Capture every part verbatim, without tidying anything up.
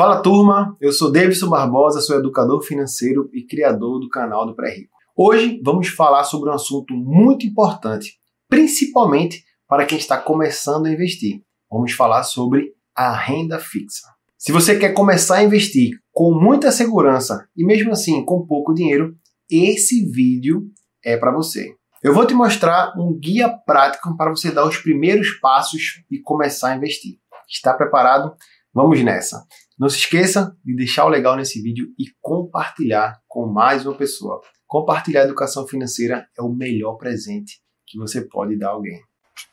Fala turma, eu sou Davidson Barbosa, sou educador financeiro e criador do canal do Pré-Rico. Hoje vamos falar sobre um assunto muito importante, principalmente para quem está começando a investir. Vamos falar sobre a renda fixa. Se você quer começar a investir com muita segurança e mesmo assim com pouco dinheiro, esse vídeo é para você. Eu vou te mostrar um guia prático para você dar os primeiros passos e começar a investir. Está preparado? Vamos nessa! Não se esqueça de deixar o legal nesse vídeo e compartilhar com mais uma pessoa. Compartilhar a educação financeira é o melhor presente que você pode dar a alguém.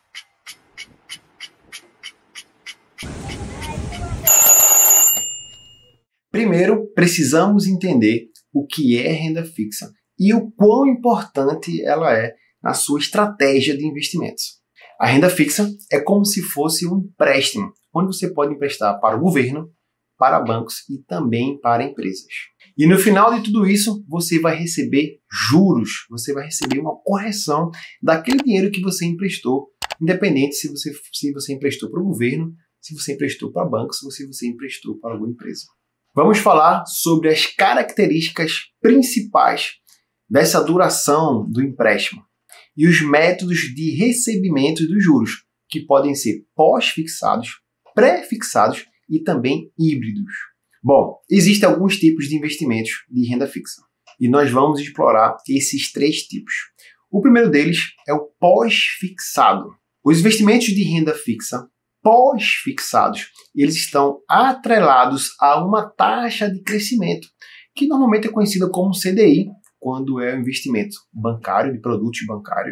Primeiro, precisamos entender o que é renda fixa e o quão importante ela é na sua estratégia de investimentos. A renda fixa é como se fosse um empréstimo, onde você pode emprestar para o governo, para bancos e também para empresas. E no final de tudo isso, você vai receber juros, você vai receber uma correção daquele dinheiro que você emprestou, independente se você, se você emprestou para o governo, se você emprestou para bancos ou se você emprestou para alguma empresa. Vamos falar sobre as características principais dessa duração do empréstimo e os métodos de recebimento dos juros, que podem ser pós-fixados, pré-fixados e também híbridos. Bom, existem alguns tipos de investimentos de renda fixa e nós vamos explorar esses três tipos. O primeiro deles é o pós-fixado. Os investimentos de renda fixa pós-fixados, eles estão atrelados a uma taxa de crescimento, que normalmente é conhecida como C D I, quando é um investimento bancário, de produtos bancários,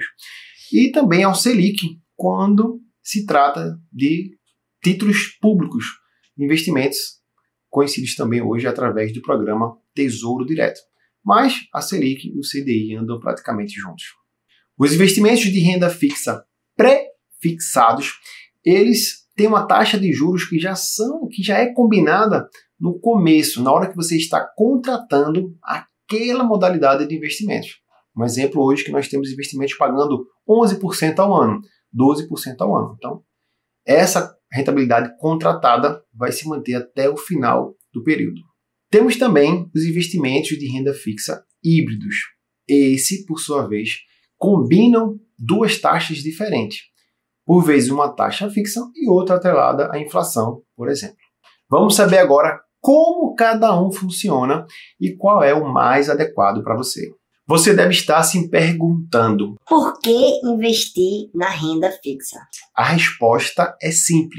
e também ao Selic, quando se trata de títulos públicos, investimentos conhecidos também hoje através do programa Tesouro Direto. Mas a Selic e o C D I andam praticamente juntos. Os investimentos de renda fixa pré-fixados, eles têm uma taxa de juros que já são, que já é combinada no começo, na hora que você está contratando aquela modalidade de investimentos. Um exemplo hoje que nós temos investimentos pagando onze por cento ao ano, doze por cento ao ano. Então, essa rentabilidade contratada vai se manter até o final do período. Temos também os investimentos de renda fixa híbridos. Esse, por sua vez, combinam duas taxas diferentes. Por vezes uma taxa fixa e outra atrelada à inflação, por exemplo. Vamos saber agora como cada um funciona e qual é o mais adequado para você. Você deve estar se perguntando: por que investir na renda fixa? A resposta é simples: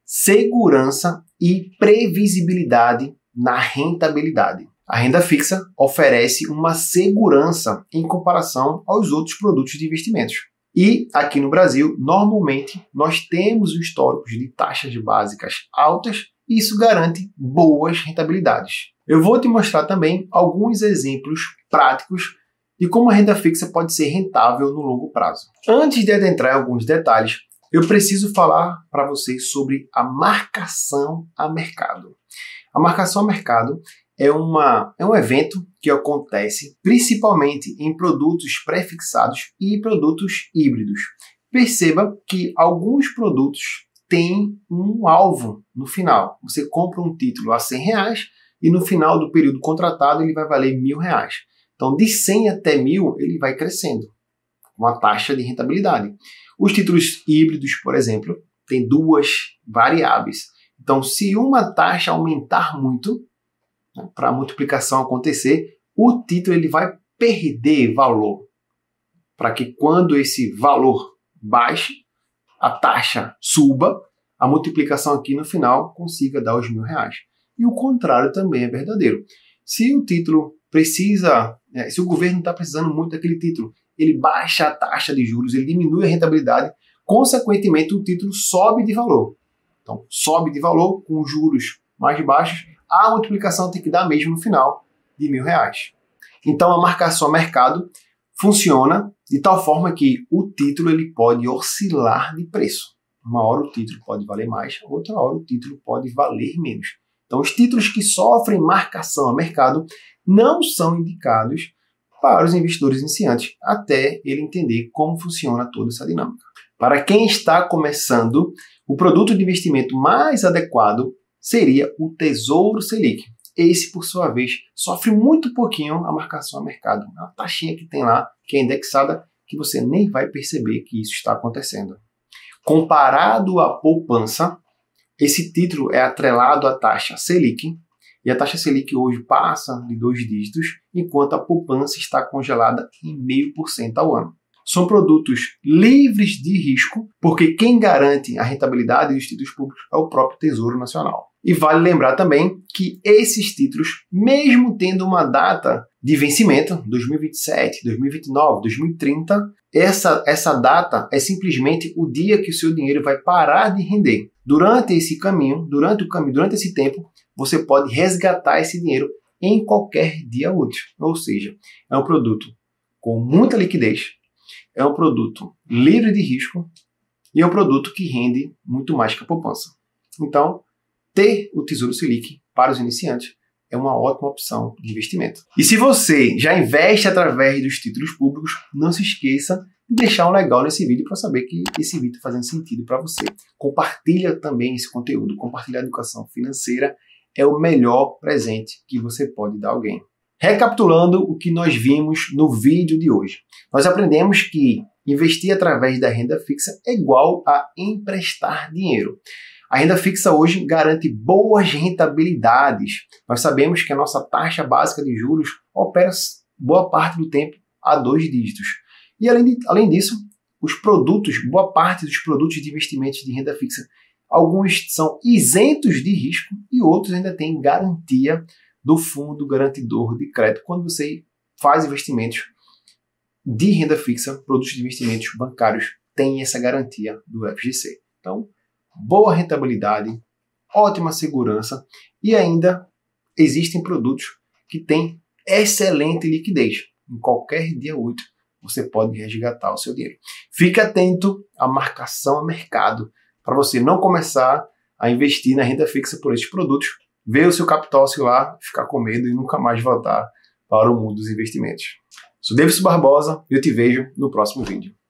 segurança e previsibilidade na rentabilidade. A renda fixa oferece uma segurança em comparação aos outros produtos de investimentos. E aqui no Brasil, normalmente, nós temos históricos de taxas básicas altas e isso garante boas rentabilidades. Eu vou te mostrar também alguns exemplos práticos de como a renda fixa pode ser rentável no longo prazo. Antes de adentrar em alguns detalhes, eu preciso falar para vocês sobre a marcação a mercado. A marcação a mercado é, uma, é um evento que acontece principalmente em produtos pré-fixados e produtos híbridos. Perceba que alguns produtos têm um alvo no final. Você compra um título a cem reais e no final do período contratado ele vai valer mil reais. Então, de cem até mil, ele vai crescendo, uma taxa de rentabilidade. Os títulos híbridos, por exemplo, têm duas variáveis. Então, se uma taxa aumentar muito, né, para a multiplicação acontecer, o título ele vai perder valor. Para que quando esse valor baixe, a taxa suba, a multiplicação aqui no final consiga dar os mil reais. E o contrário também é verdadeiro. Se o título precisa, é, se o governo está precisando muito daquele título, ele baixa a taxa de juros, ele diminui a rentabilidade, consequentemente o título sobe de valor. Então, sobe de valor com juros mais baixos, a multiplicação tem que dar mesmo no final de mil reais. Então, a marcação a mercado funciona de tal forma que o título ele pode oscilar de preço. Uma hora o título pode valer mais, outra hora o título pode valer menos. Então, os títulos que sofrem marcação a mercado não são indicados para os investidores iniciantes, até ele entender como funciona toda essa dinâmica. Para quem está começando, o produto de investimento mais adequado seria o Tesouro Selic. Esse, por sua vez, sofre muito pouquinho a marcação a mercado. É uma taxinha que tem lá, que é indexada, que você nem vai perceber que isso está acontecendo. Comparado à poupança, esse título é atrelado à taxa Selic, e a taxa Selic hoje passa de dois dígitos, enquanto a poupança está congelada em zero vírgula cinco por cento ao ano. São produtos livres de risco, porque quem garante a rentabilidade dos títulos públicos é o próprio Tesouro Nacional. E vale lembrar também que esses títulos, mesmo tendo uma data de vencimento, dois mil e vinte e sete, dois mil e vinte e nove, dois mil e trinta, essa, essa data é simplesmente o dia que o seu dinheiro vai parar de render. Durante esse caminho, durante o caminho, durante esse tempo, você pode resgatar esse dinheiro em qualquer dia útil. Ou seja, é um produto com muita liquidez, é um produto livre de risco e é um produto que rende muito mais que a poupança. Então, ter o Tesouro Selic para os iniciantes é uma ótima opção de investimento. E se você já investe através dos títulos públicos, não se esqueça de deixar um legal nesse vídeo para saber que esse vídeo está fazendo sentido para você. Compartilha também esse conteúdo. Compartilhar a educação financeira é o melhor presente que você pode dar a alguém. Recapitulando o que nós vimos no vídeo de hoje. Nós aprendemos que investir através da renda fixa é igual a emprestar dinheiro. A renda fixa hoje garante boas rentabilidades. Nós sabemos que a nossa taxa básica de juros opera boa parte do tempo a dois dígitos. E além, de, além disso, os produtos, boa parte dos produtos de investimentos de renda fixa, alguns são isentos de risco e outros ainda têm garantia do fundo garantidor de crédito. Quando você faz investimentos de renda fixa, produtos de investimentos bancários têm essa garantia do F G C. Então, boa rentabilidade, ótima segurança e ainda existem produtos que têm excelente liquidez. Em qualquer dia útil, você pode resgatar o seu dinheiro. Fique atento à marcação a mercado para você não começar a investir na renda fixa por esses produtos, ver o seu capital oscilar, ficar com medo e nunca mais voltar para o mundo dos investimentos. Sou Davidson Barbosa e eu te vejo no próximo vídeo.